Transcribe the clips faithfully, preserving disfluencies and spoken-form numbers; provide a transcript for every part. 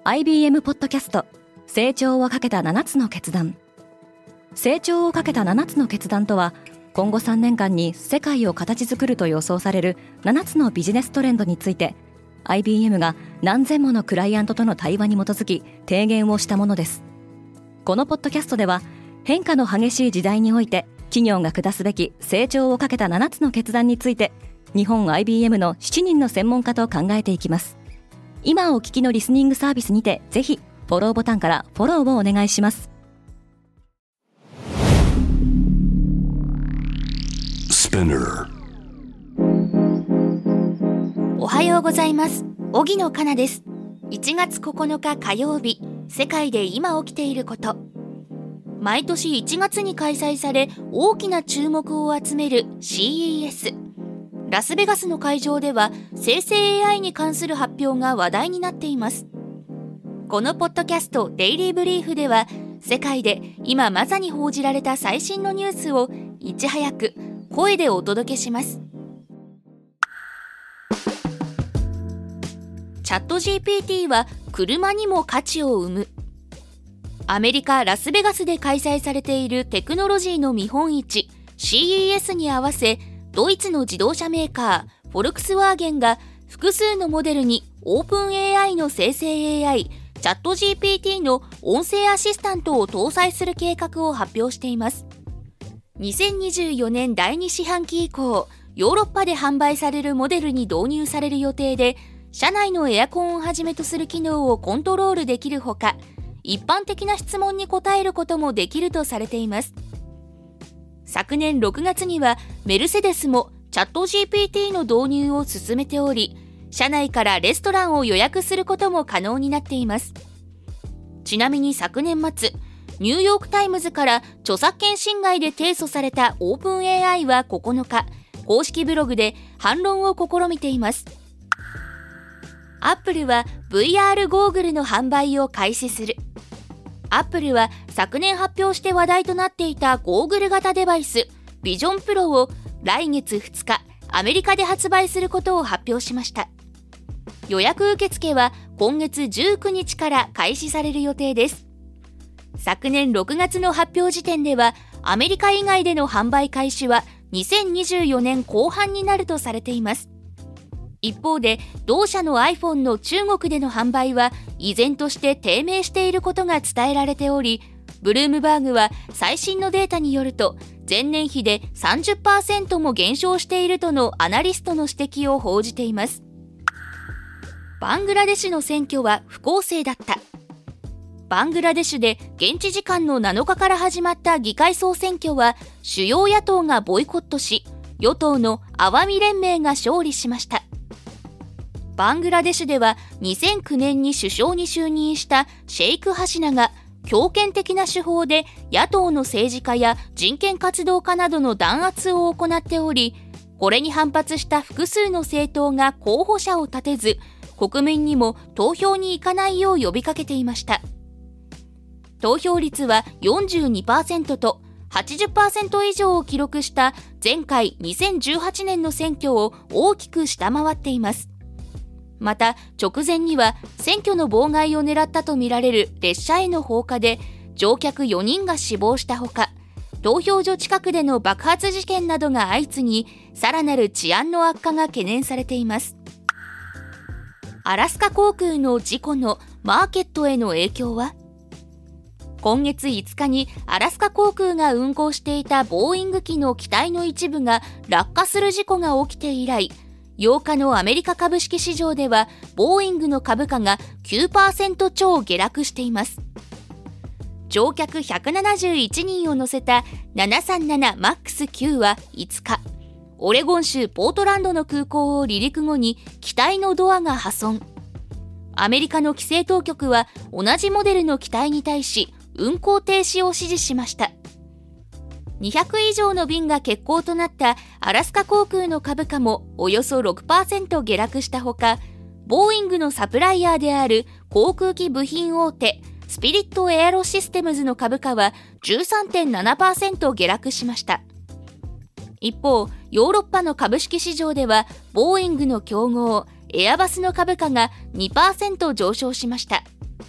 アイビーエム ポッドキャスト成長をかけたななつの決断。成長をかけたななつの決断とは、今後さんねんかんに世界を形作ると予想されるななつのビジネストレンドについて アイビーエム が何千ものクライアントとの対話に基づき提言をしたものです。このポッドキャストでは、変化の激しい時代において企業が下すべき成長をかけたななつの決断について、日本 アイビーエム のしちにんの専門家と考えていきます。今お聞きのリスニングサービスにて、ぜひフォローボタンからフォローをお願いします。 おはようございます。荻野かなです。いちがつここのか火曜日、世界で今起きていること。毎年いちがつに開催され、大きな注目を集める シーイーエス。ラスベガスの会場では、生成 エーアイ に関する発表が話題になっています。このポッドキャストデイリーブリーフでは、世界で今まさに報じられた最新のニュースをいち早く声でお届けします。チャット ジーピーティー は車にも価値を生む。アメリカ・ラスベガスで開催されているテクノロジーの見本市 シーイーエス に合わせ、ドイツの自動車メーカーフォルクスワーゲンが複数のモデルにオープン エーアイ の生成 エーアイ チャット ジーピーティー の音声アシスタントを搭載する計画を発表しています。にせんにじゅうよねんだいに四半期以降、ヨーロッパで販売されるモデルに導入される予定で、車内のエアコンをはじめとする機能をコントロールできるほか、一般的な質問に答えることもできるとされています。昨年ろくがつにはメルセデスもチャット ジーピーティー の導入を進めており、車内からレストランを予約することも可能になっています。ちなみに昨年末、ニューヨークタイムズから著作権侵害で提訴されたオープン エーアイ はここのか、公式ブログで反論を試みています。アップルは ブイアール ゴーグルの販売を開始する。アップルは昨年発表して話題となっていたゴーグル型デバイスビジョンプロを来月ふつかアメリカで発売することを発表しました。予約受付は今月じゅうくにちから開始される予定です。昨年ろくがつの発表時点では、アメリカ以外での販売開始はにせんにじゅうよねんこう半になるとされています。一方で、同社の iPhone の中国での販売は依然として低迷していることが伝えられており、ブルームバーグは最新のデータによると、前年比で さんじゅっパーセント も減少しているとのアナリストの指摘を報じています。バングラデシュの選挙は不公正だった。バングラデシュで現地時間のなのかから始まった議会総選挙は、主要野党がボイコットし、与党のアワミ連盟が勝利しました。バングラデシュではにせんきゅうねんに首相に就任したシェイク・ハシナが強権的な手法で野党の政治家や人権活動家などの弾圧を行っており、これに反発した複数の政党が候補者を立てず、国民にも投票に行かないよう呼びかけていました。投票率は よんじゅうにパーセント と はちじゅっパーセント 以上を記録した前回にせんじゅうはちねんの選挙を大きく下回っています。また直前には選挙の妨害を狙ったとみられる列車への放火で乗客よにんが死亡したほか、投票所近くでの爆発事件などが相次ぎ、さらなる治安の悪化が懸念されています。アラスカ航空の事故のマーケットへの影響は？今月いつかにアラスカ航空が運航していたボーイング機の機体の一部が落下する事故が起きて以来、ようかのアメリカ株式市場ではボーイングの株価が きゅうパーセント 超下落しています。乗客ひゃくななじゅういちにんを乗せた ななさんななマックスきゅう はいつか、オレゴン州ポートランドの空港を離陸後に機体のドアが破損。アメリカの規制当局は同じモデルの機体に対し運航停止を指示しました。にひゃくいじょうの便が欠航となったアラスカ航空の株価もおよそ ろくパーセント 下落したほか、ボーイングのサプライヤーである航空機部品大手スピリットエアロシステムズの株価は じゅうさんてんななパーセント 下落しました。一方、ヨーロッパの株式市場ではボーイングの競合エアバスの株価が にパーセント 上昇しました。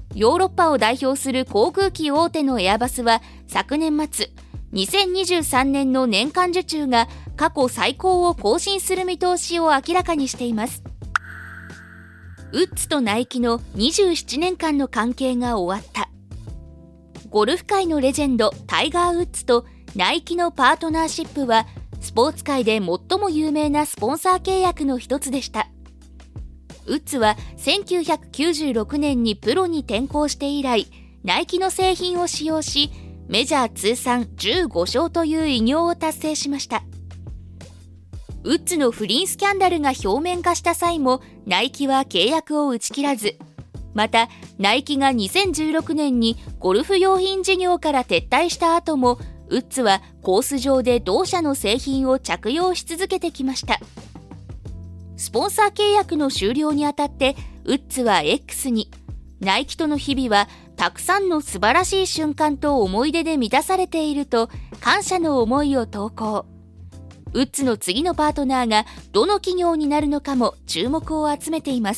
ヨーロッパを代表する航空機大手のエアバスは昨年末、にせんにじゅうさんねんの年間受注が過去最高を更新する見通しを明らかにしています。ウッズとナイキのにじゅうななねんかんの関係が終わった。ゴルフ界のレジェンドタイガー・ウッズとナイキのパートナーシップはスポーツ界で最も有名なスポンサー契約の一つでした。ウッズはせんきゅうひゃくきゅうじゅうろくねんにプロに転向して以来、ナイキの製品を使用し、メジャー通算じゅうごしょうという偉業を達成しました。ウッズの不倫スキャンダルが表面化した際もナイキは契約を打ち切らず、またナイキがにせんじゅうろくねんにゴルフ用品事業から撤退した後もウッズはコース上で同社の製品を着用し続けてきました。スポンサー契約の終了にあたってウッズは X に、ナイキとの日々はたくさんの素晴らしい瞬間と思い出で満たされていると感謝の思いを投稿。ウッズの次のパートナーがどの企業になるのかも注目を集めています。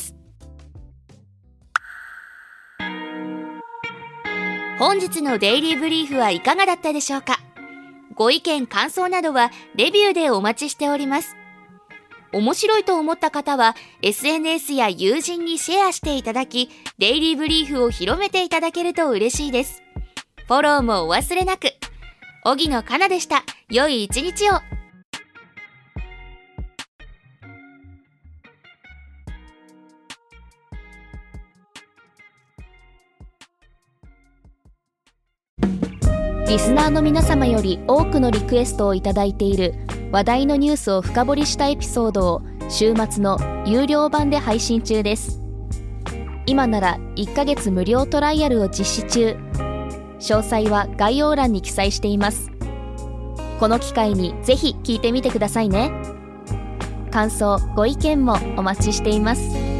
本日のデイリーブリーフはいかがだったでしょうか。ご意見感想などはレビューでお待ちしております。面白いと思った方は エスエヌエス や友人にシェアしていただき、デイリーブリーフを広めていただけると嬉しいです。フォローもお忘れなく。荻野かなでした。良い一日を。 リスナーの皆様より多くのリクエストをいただいている話題のニュースを深掘りしたエピソードを週末の有料版で配信中です。今ならいっかげつ無料トライアルを実施中。詳細は概要欄に記載しています。この機会にぜひ聞いてみてくださいね。感想、ご意見もお待ちしています。